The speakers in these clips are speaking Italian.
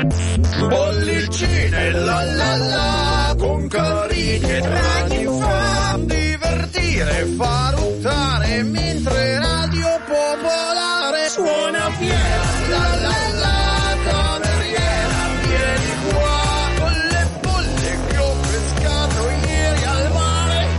Bollicine, la la la, con carini e draghi fan, divertire, far urtare, mentre Radio Popolare suona fiera, la la la, cameriera, vieni qua, con le bolle che ho pescato ieri al mare.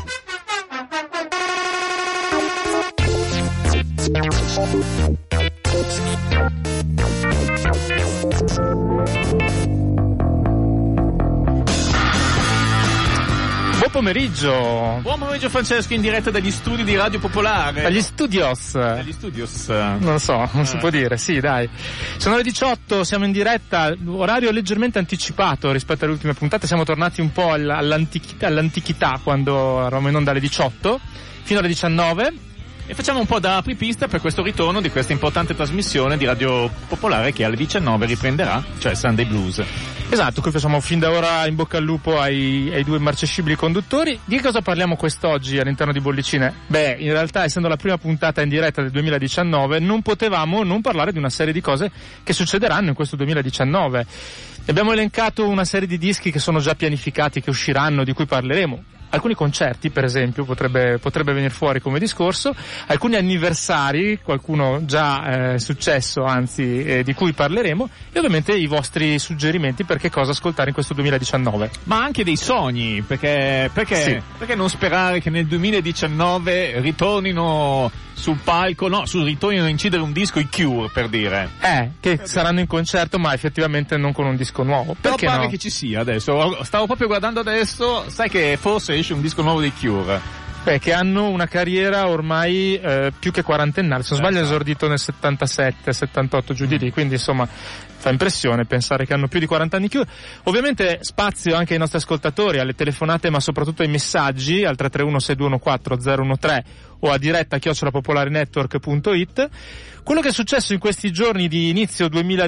Buon pomeriggio Francesco, in diretta dagli studi di Radio Popolare. Dagli studios. Non so, non si può dire, sì dai. Sono le 18, siamo in diretta, orario leggermente anticipato rispetto alle ultime puntate, siamo tornati un po' all'antichità quando eravamo in onda alle 18, fino alle 19. E facciamo un po' da apripista per questo ritorno di questa importante trasmissione di Radio Popolare che alle 19 riprenderà, cioè Sunday Blues. Esatto, qui facciamo fin da ora in bocca al lupo ai due immarcescibili conduttori. Di cosa parliamo quest'oggi all'interno di Bollicine? Beh, in realtà, essendo la prima puntata in diretta del 2019, non potevamo non parlare di una serie di cose che succederanno in questo 2019. Abbiamo elencato una serie di dischi che sono già pianificati, che usciranno, di cui parleremo. Alcuni concerti, per esempio, potrebbe venire fuori come discorso, alcuni anniversari, qualcuno già successo, anzi, di cui parleremo, e ovviamente i vostri suggerimenti per che cosa ascoltare in questo 2019. Ma anche dei sogni, perché non sperare che nel 2019 ritornino sul palco, ritornino a incidere un disco, i Cure, per dire. Che saranno in concerto, ma effettivamente non con un disco nuovo. Però perché pare no? che ci sia adesso, stavo proprio guardando adesso, sai che forse esce un disco nuovo dei Cure. Che hanno una carriera ormai più che quarantennale, se non sbaglio è esordito nel 77, 78, giù di lì, quindi insomma fa impressione pensare che hanno più di 40 anni chiusi. Ovviamente spazio anche ai nostri ascoltatori, alle telefonate, ma soprattutto ai messaggi al 331-6214-013 o a diretta @popolarenetwork.it. Quello che è successo in questi giorni di inizio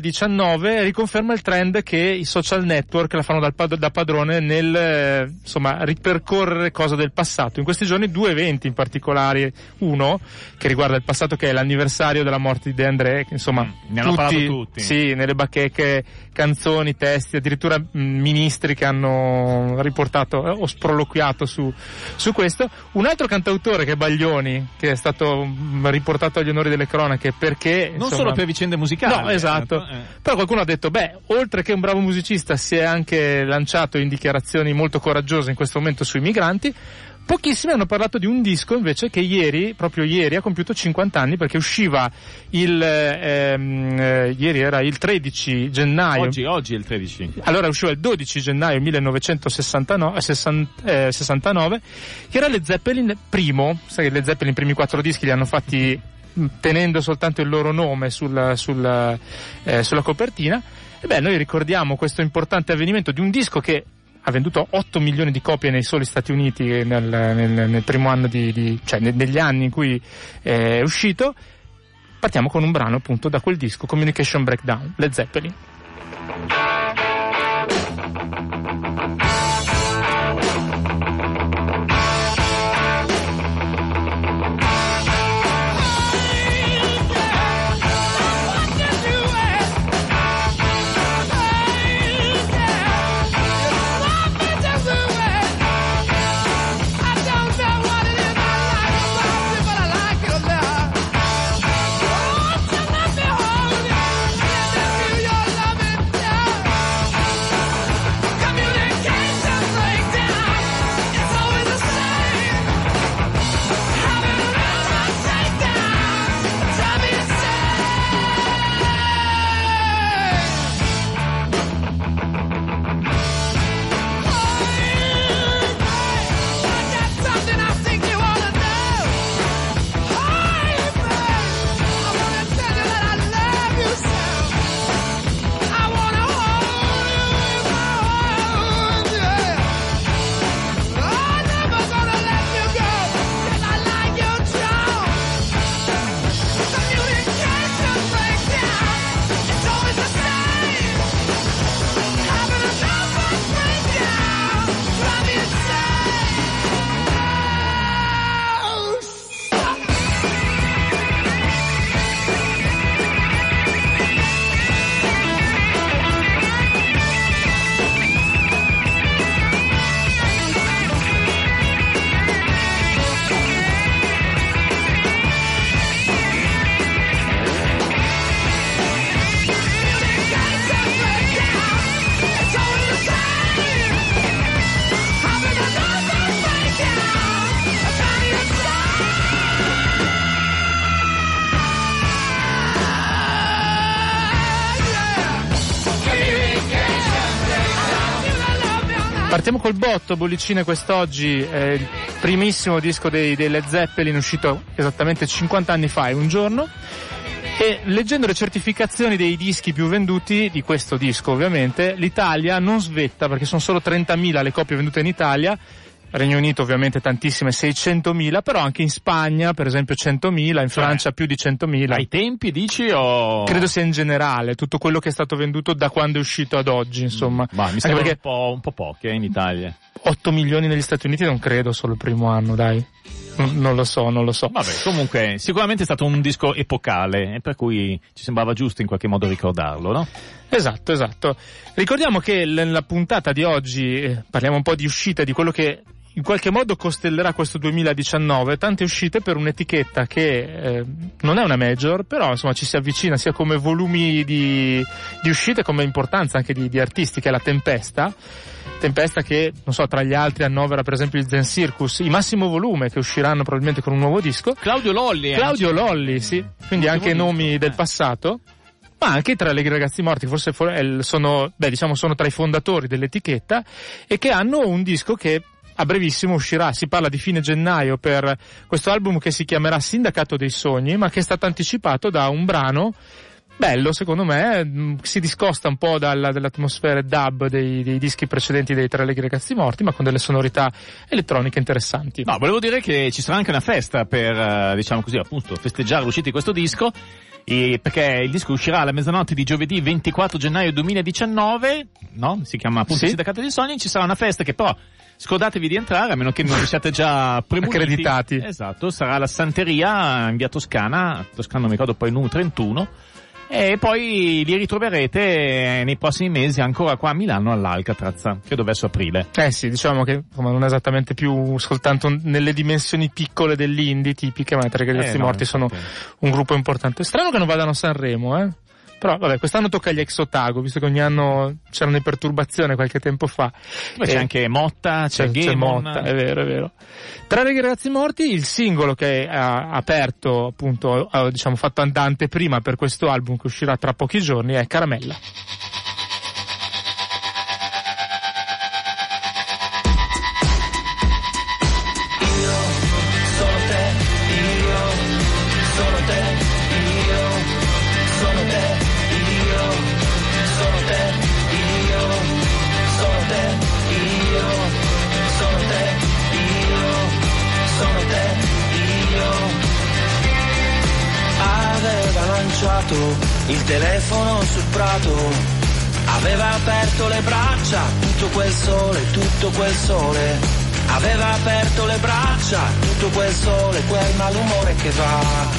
2019 riconferma il trend che i social network la fanno da padrone nel ripercorrere cose del passato. In questi giorni due eventi in particolare, uno che riguarda il passato, che è l'anniversario della morte di De André, che insomma ne hanno parlato tutti. Sì, nelle bacheche, canzoni, testi, addirittura ministri che hanno riportato o sproloquiato su questo. Un altro cantautore che è Baglioni, che è stato riportato agli onori delle cronache perché non solo per vicende musicali. No, esatto. Però qualcuno ha detto, oltre che un bravo musicista, si è anche lanciato in dichiarazioni molto coraggiose in questo momento sui migranti. Pochissimi hanno parlato di un disco invece che proprio ieri ha compiuto 50 anni, perché usciva ieri era il 13 gennaio. Oggi è il 13. Allora usciva il 12 gennaio 1969, che era Led Zeppelin primo. Sai che Led Zeppelin i primi 4 dischi li hanno fatti tenendo soltanto il loro nome sulla copertina. E noi ricordiamo questo importante avvenimento di un disco che ha venduto 8 milioni di copie nei soli Stati Uniti nel primo anno cioè negli anni in cui è uscito. Partiamo con un brano appunto da quel disco, Communication Breakdown, Led Zeppelin. Partiamo col botto, bollicine quest'oggi, è il primissimo disco dei Led Zeppelin, uscito esattamente 50 anni fa e un giorno. E leggendo le certificazioni dei dischi più venduti di questo disco, ovviamente, l'Italia non svetta, perché sono solo 30.000 le copie vendute in Italia, Regno Unito ovviamente tantissime, 600.000, però anche in Spagna per esempio 100.000, in Francia più di 100.000. Ai tempi dici o? Credo sia in generale, tutto quello che è stato venduto da quando è uscito ad oggi, insomma. Ma mi sembra perché un po' poche in Italia. 8 milioni negli Stati Uniti non credo solo il primo anno, dai. Non lo so. Vabbè, comunque sicuramente è stato un disco epocale e per cui ci sembrava giusto in qualche modo ricordarlo, no? Esatto. Ricordiamo che nella puntata di oggi parliamo un po' di uscite, di quello che in qualche modo costellerà questo 2019, tante uscite per un'etichetta che non è una major, però insomma ci si avvicina sia come volumi di uscite come importanza anche di artisti, che è la Tempesta che, non so, tra gli altri annovera per esempio il Zen Circus, i Massimo Volume, che usciranno probabilmente con un nuovo disco. Claudio Lolli, sì, quindi anche nomi del passato. Ma anche tra i ragazzi morti, forse sono tra i fondatori dell'etichetta, e che hanno un disco che a brevissimo uscirà. Si parla di fine gennaio per questo album che si chiamerà Sindacato dei Sogni, ma che è stato anticipato da un brano bello, secondo me, si discosta un po' dall'atmosfera dub dei dischi precedenti dei Tre Allegri Ragazzi Morti, ma con delle sonorità elettroniche interessanti. No, volevo dire che ci sarà anche una festa per, diciamo così, appunto, festeggiare l'uscita di questo disco, perché il disco uscirà alla mezzanotte di giovedì 24 gennaio 2019, no? Si chiama appunto Sindacato dei Sogni, ci sarà una festa che però scordatevi di entrare, a meno che non siate già premuniti. Accreditati. Esatto, sarà alla Santeria in via Toscana non mi ricordo poi il numero 31, e poi li ritroverete nei prossimi mesi ancora qua a Milano all'Alcatraz, credo verso aprile. Sì, diciamo che non è esattamente più soltanto nelle dimensioni piccole dell'indie tipiche, ma i Tre Ragazzi Morti sono un gruppo importante. Strano che non vadano a Sanremo, Però vabbè, quest'anno tocca agli Ex Otago, visto che ogni anno c'erano le perturbazioni qualche tempo fa. Ma c'è anche Motta, c'è Gamon. Motta, è vero. Tre Ragazzi Morti, il singolo che ha aperto, appunto, diciamo fatto andante prima per questo album che uscirà tra pochi giorni, è Caramella. Il telefono sul prato, aveva aperto le braccia, tutto quel sole, aveva aperto le braccia, tutto quel sole, quel malumore che va.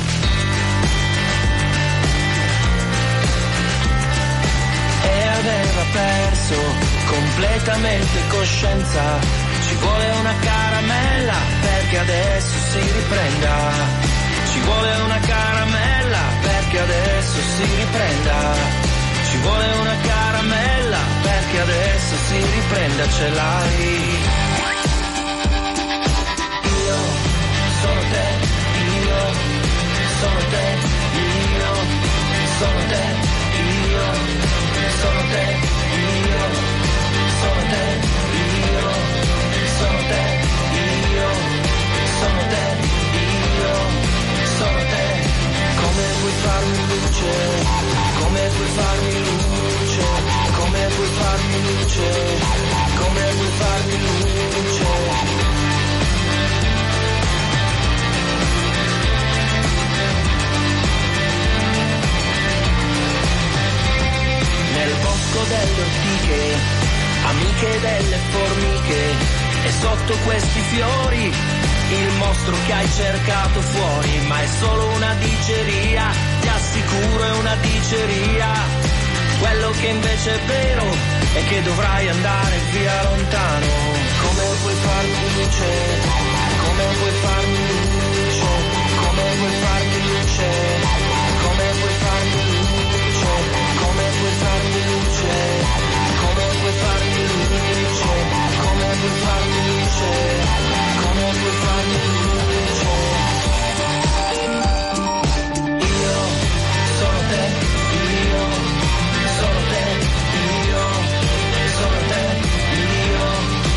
E aveva perso completamente coscienza, ci vuole una caramella perché adesso si riprenda. Ci vuole una caramella perché adesso si riprenda. Ci vuole una caramella perché adesso si riprenda, ce l'hai. Io sono te, io sono te, io sono te, io sono te, io sono te, io sono te, io sono te, io sono te. Come puoi farmi luce, come puoi farmi luce, come puoi farmi luce, come puoi farmi luce. Nel bosco delle ortiche, amiche delle formiche, e sotto questi fiori il mostro che hai cercato fuori, ma è solo una diceria, ti assicuro è una diceria. Quello che invece è vero è che dovrai andare via lontano. Come puoi farmi luce, come puoi farmi luce, come puoi farmi luce, come puoi farmi luce, come puoi farmi luce, come puoi farmi luce, come puoi farmi luce, come puoi farmi luce. Io sono te, io sono te, io sono te, io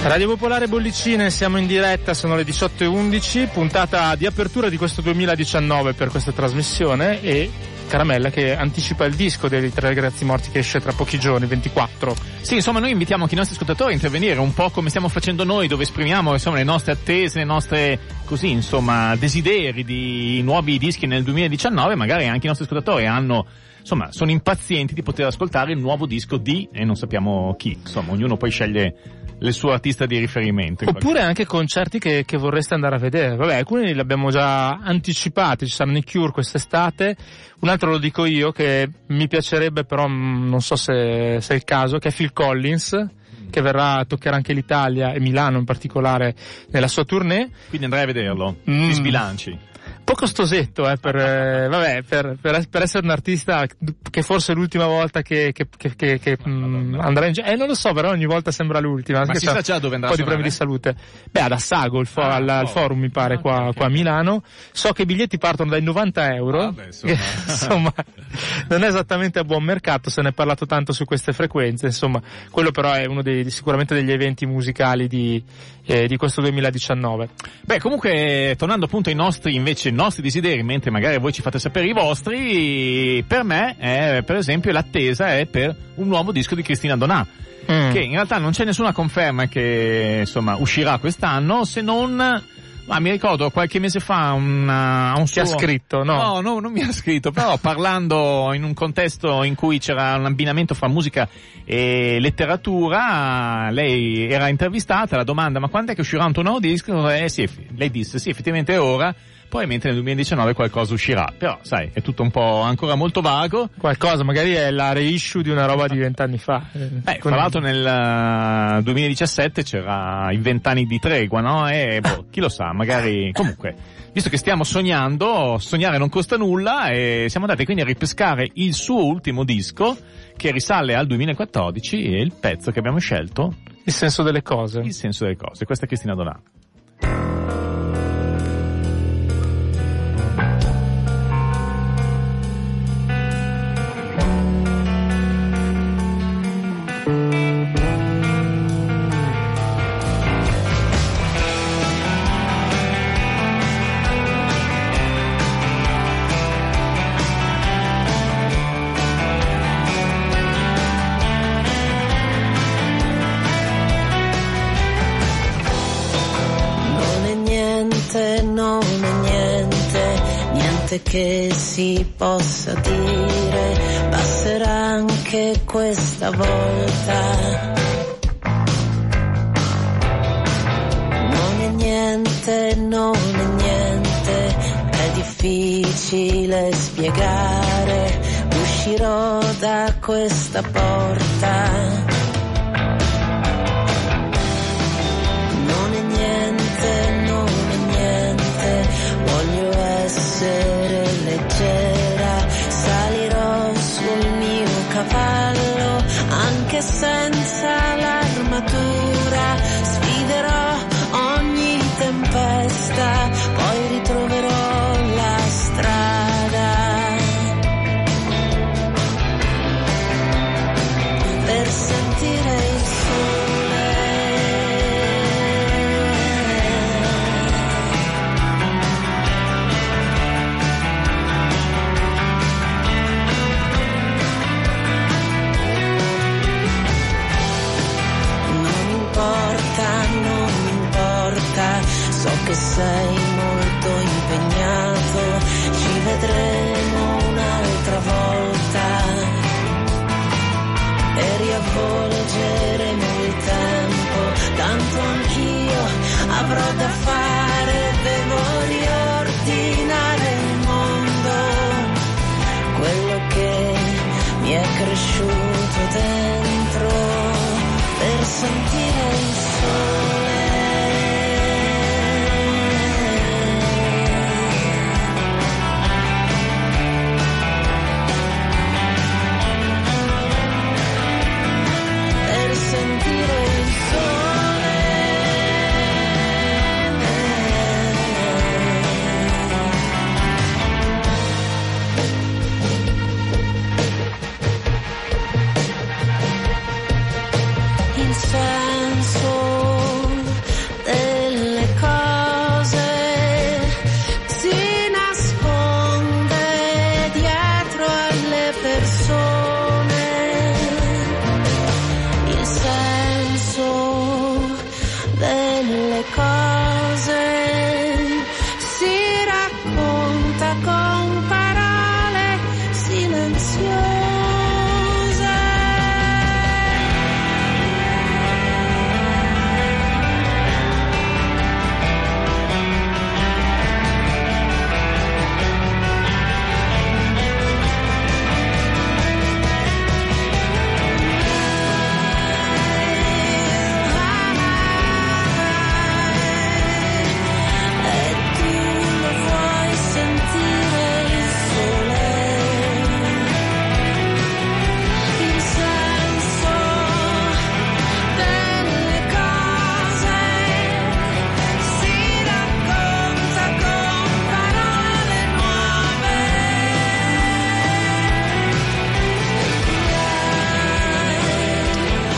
Radio Popolare Bollicine, siamo in diretta, sono le 18:11, puntata di apertura di questo 2019 per questa trasmissione, e Caramella che anticipa il disco dei Tre Ragazzi Morti che esce tra pochi giorni, 24. Sì, insomma, noi invitiamo anche i nostri ascoltatori a intervenire un po' come stiamo facendo noi, dove esprimiamo insomma le nostre attese, le nostre così insomma desideri di nuovi dischi nel 2019. Magari anche i nostri ascoltatori sono impazienti di poter ascoltare il nuovo disco di, e non sappiamo chi, insomma, ognuno poi sceglie il suo artista di riferimento. Oppure anche concerti che vorreste andare a vedere. Vabbè, alcuni li abbiamo già anticipati, ci saranno i Cure quest'estate, un altro lo dico io che mi piacerebbe, però non so se è il caso, che è Phil Collins, che verrà a toccare anche l'Italia e Milano in particolare nella sua tournée. Quindi andrai a vederlo, ti sbilanci. Un po' costosetto per essere un artista che forse è l'ultima volta che andrà in giro. Non lo so, però ogni volta sembra l'ultima. Ma si sa già dove andrà a suonare? Un po' di problemi di salute. Ad Assago, al Forum mi pare, qua a Milano. So che i biglietti partono dai €90. Insomma, non è esattamente a buon mercato, se ne è parlato tanto su queste frequenze. Insomma, quello però è uno sicuramente degli eventi musicali di questo 2019. Comunque, tornando appunto ai nostri desideri, mentre magari voi ci fate sapere i vostri, per me per esempio l'attesa è per un nuovo disco di Cristina Donà, che in realtà non c'è nessuna conferma che insomma uscirà quest'anno, se non mi ricordo qualche mese fa un Ti ha scritto, no? No, non mi ha scritto, però parlando in un contesto in cui c'era un abbinamento fra musica e letteratura, lei era intervistata, la domanda: ma quando è che uscirà un tuo nuovo disco? Sì, lei disse sì, effettivamente è ora. Probabilmente nel 2019 qualcosa uscirà, però sai, è tutto un po' ancora molto vago. Qualcosa, magari è la reissue di una roba di 20 anni fa. Tra l'altro nel 2017 c'era i 20 anni di tregua, no? E chi lo sa, magari. Comunque, visto che stiamo sognando, sognare non costa nulla, e siamo andati quindi a ripescare il suo ultimo disco, che risale al 2014, e il pezzo che abbiamo scelto: Il senso delle cose. Il senso delle cose. Questa è Cristina Donà. Che si possa dire, basterà anche questa volta. Non è niente, è difficile spiegare, uscirò da questa porta. Non è niente, voglio essere leggera, salirò sul mio cavallo anche senza l'armatura, sfiderò ogni tempesta, poi ritroverò la strada per sentire il sole. So che sei molto impegnato, ci vedremo un'altra volta e riavvolgeremo il tempo, tanto anch'io avrò da fare, devo riordinare il mondo, quello che mi è cresciuto dentro, per sentire il sole. Sentire il sole.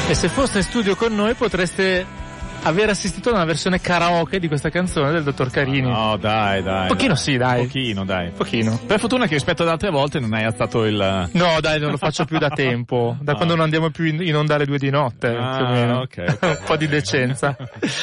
E se foste in studio con noi potreste aver assistito a una versione karaoke di questa canzone del dottor Carini. No, dai. Pochino dai. sì, dai. Pochino. Per fortuna che rispetto ad altre volte non hai alzato il... No, dai, non lo faccio più da tempo. Da quando non andiamo più in onda alle 2 di notte, più o meno. Ok. Un po' di decenza.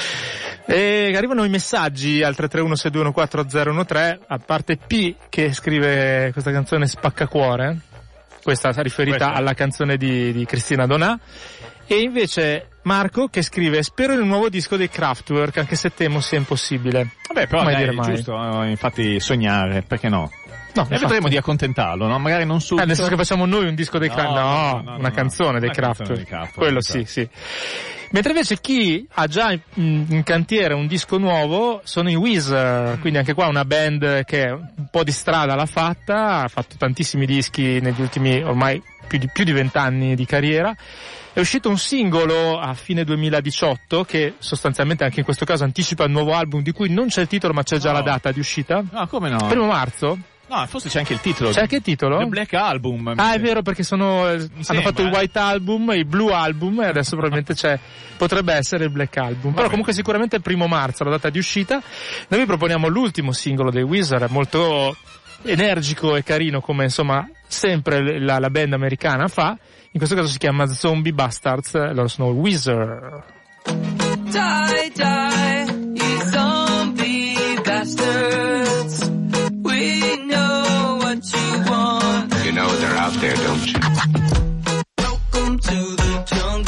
E arrivano i messaggi al 331-621-4013, a parte P che scrive questa canzone Spaccacuore, questa riferita alla canzone di Cristina Donà, e invece Marco che scrive spero nel nuovo disco dei Kraftwerk, anche se temo sia impossibile. Vabbè, però mai dai, dire è mai. giusto, infatti sognare, perché no? No, E vedremo di accontentarlo, no? Magari non subito. nel senso che facciamo noi un disco dei No, una canzone dei Kraftwerk. Quello sì. Mentre invece chi ha già in cantiere un disco nuovo sono i Weezer, quindi anche qua una band che un po' di strada l'ha fatta, ha fatto tantissimi dischi negli ultimi ormai più di 20 anni di carriera. È uscito un singolo a fine 2018 che sostanzialmente anche in questo caso anticipa il nuovo album di cui non c'è il titolo ma c'è già la data di uscita. No, come no? 1 marzo. No, forse c'è anche il titolo. C'è anche il titolo? The Black Album. Ah, è vero, perché hanno fatto il White Album, il Blue Album e adesso probabilmente potrebbe essere il Black Album. Però comunque sicuramente è il 1 marzo la data di uscita. Noi vi proponiamo l'ultimo singolo dei Weezer, molto energico e carino come insomma sempre la band americana fa. In questo caso si chiama Zombie Bastards, loro sono Weezer. Die, you zombie bastards. We know what you want. You know they're out there, don't you? Welcome to the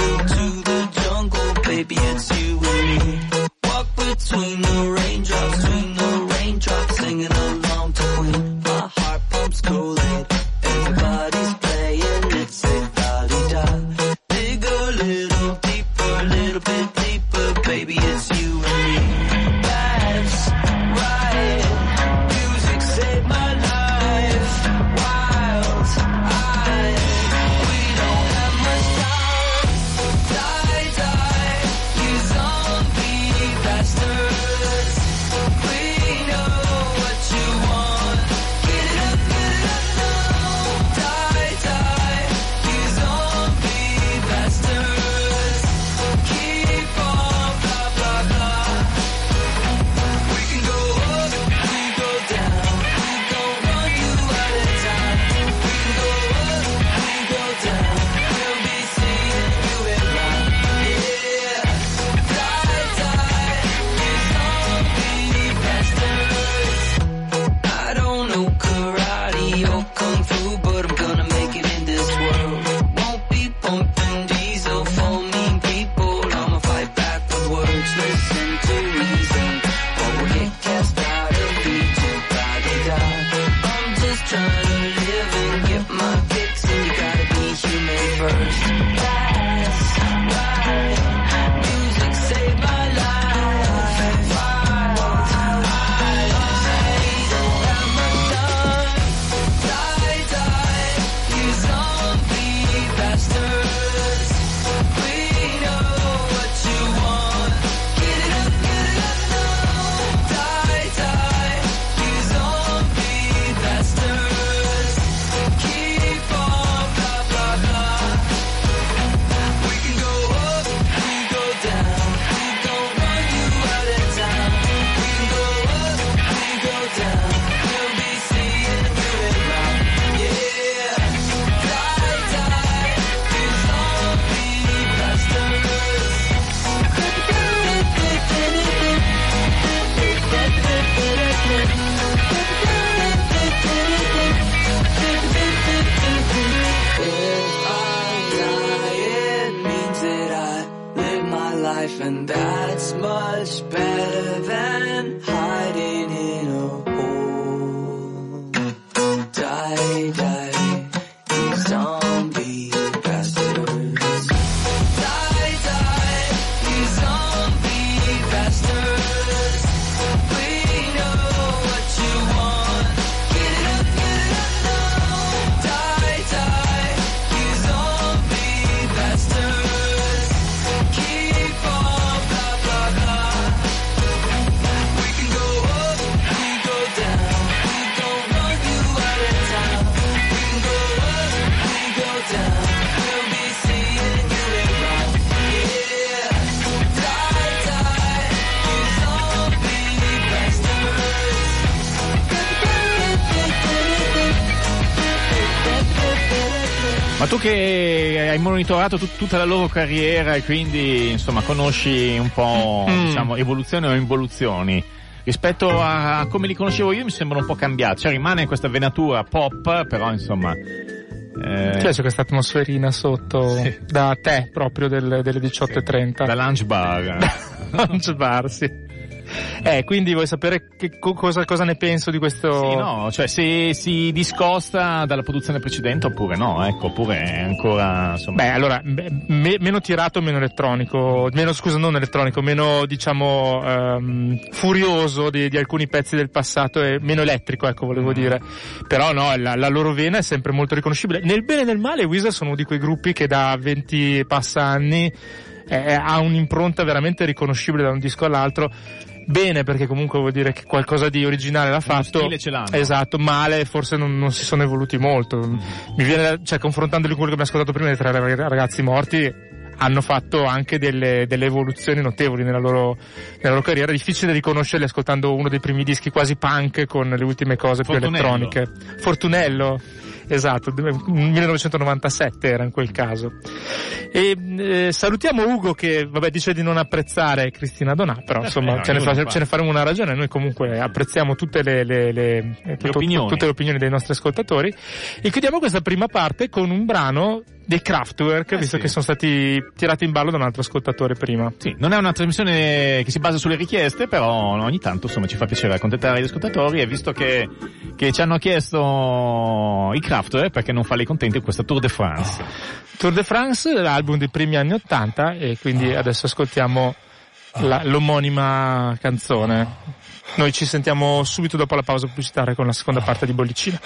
jungle, baby, it's you and me. Walk between the raindrops, singing along to Queen. My heart pumps Kool-Aid, everybody's playing, it's a la-di-da. Dig a little bit deeper, baby, it's you and me. That's right, music saved my life. Wild eyes, we don't have much time. Die, you zombie bastards. We know what you want. Get it up now. Die, you zombie bastards. Keep on blah blah blah. We can go up, we go down. We gon' run you out of time. We can go up, we go down. We'll be seeing you around. Yeah. Die, you zombie bastards. I don't know karate or kung fu, but I'm gonna make it in this world. Won't be pumping diesel for mean people. I'ma fight back with words. Listen to reason, or we'll get cast out of Egypt. Da-di-da. I'm just trying to live and get my kicks, and you gotta be human first. That's right. Music saved my life. Wild eyes, don't have much time. Die, you zombie bastards. We know what you want. Get it up now. Die, you zombie bastards. Keep on blah blah blah. We can go up, we go down. We gon' run you out of town. We can go up, we go down. We'll be seeing you around. Yeah. Die, you zombie bastards. If I die, it means that I live my life, and that's much better than hiding in a hole. Die, you zombie bastards. Die, you zombie bastards. We know what you want. Get it up now. Die, you zombie bastards. Keep on blah blah blah. We can go up, we go Ma tu che hai monitorato tutta la loro carriera e quindi insomma conosci un po' diciamo evoluzioni o involuzioni rispetto a come li conoscevo io, mi sembrano un po' cambiati, cioè rimane questa venatura pop, però insomma c'è questa atmosferina sotto, sì, da te proprio delle 18:30, da lunch bar. Lunch bar, sì. Quindi vuoi sapere cosa ne penso di questo? Sì, no, cioè se si discosta dalla produzione precedente oppure no, ecco, oppure è ancora, insomma. Beh, allora, meno tirato, meno elettronico, meno diciamo furioso di alcuni pezzi del passato e meno elettrico, ecco, volevo dire. Però no, la loro vena è sempre molto riconoscibile. Nel bene e nel male, Weezer sono uno di quei gruppi che da 20 passa anni ha un'impronta veramente riconoscibile da un disco all'altro. Bene, perché comunque vuol dire che qualcosa di originale l'ha fatto. Stile ce l'hanno. Esatto, male forse non si sono evoluti molto. Mi viene, cioè, confrontandoli con quello che abbiamo ascoltato prima dei 3 ragazzi morti, hanno fatto anche delle evoluzioni notevoli nella loro carriera. Difficile riconoscerli ascoltando uno dei primi dischi quasi punk con le ultime cose più elettroniche. Fortunello. Esatto, 1997 era in quel caso. E salutiamo Ugo che dice di non apprezzare Cristina Donà, però insomma ce ne faremo una ragione. Noi comunque apprezziamo tutte le opinioni dei nostri ascoltatori e chiudiamo questa prima parte con un brano dei Kraftwerk, visto che sono stati tirati in ballo da un altro ascoltatore prima. Sì, non è una trasmissione che si basa sulle richieste, però ogni tanto insomma ci fa piacere accontentare gli ascoltatori, e visto che ci hanno chiesto i Kraftwerk, perché non farli contenti questa Tour de France. Tour de France, l'album dei primi anni '80, e quindi adesso ascoltiamo l'omonima canzone. Noi ci sentiamo subito dopo la pausa pubblicitaria con la seconda parte di Bollicina.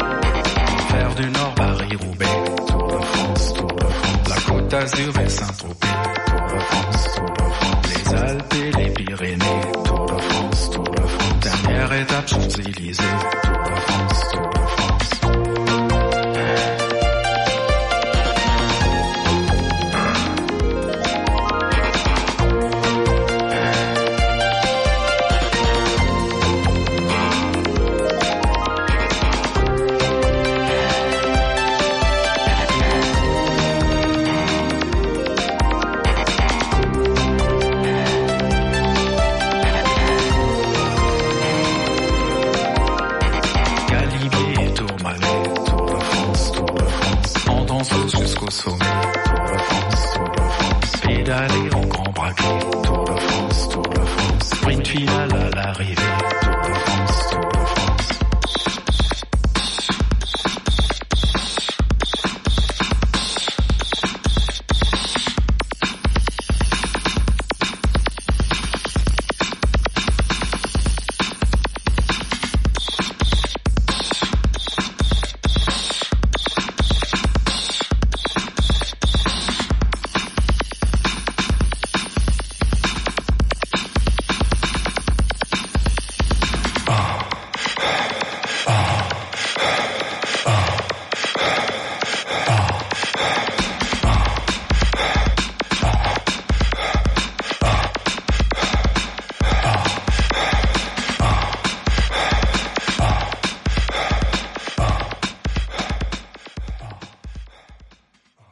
d'Azur vers Saint-Tropez.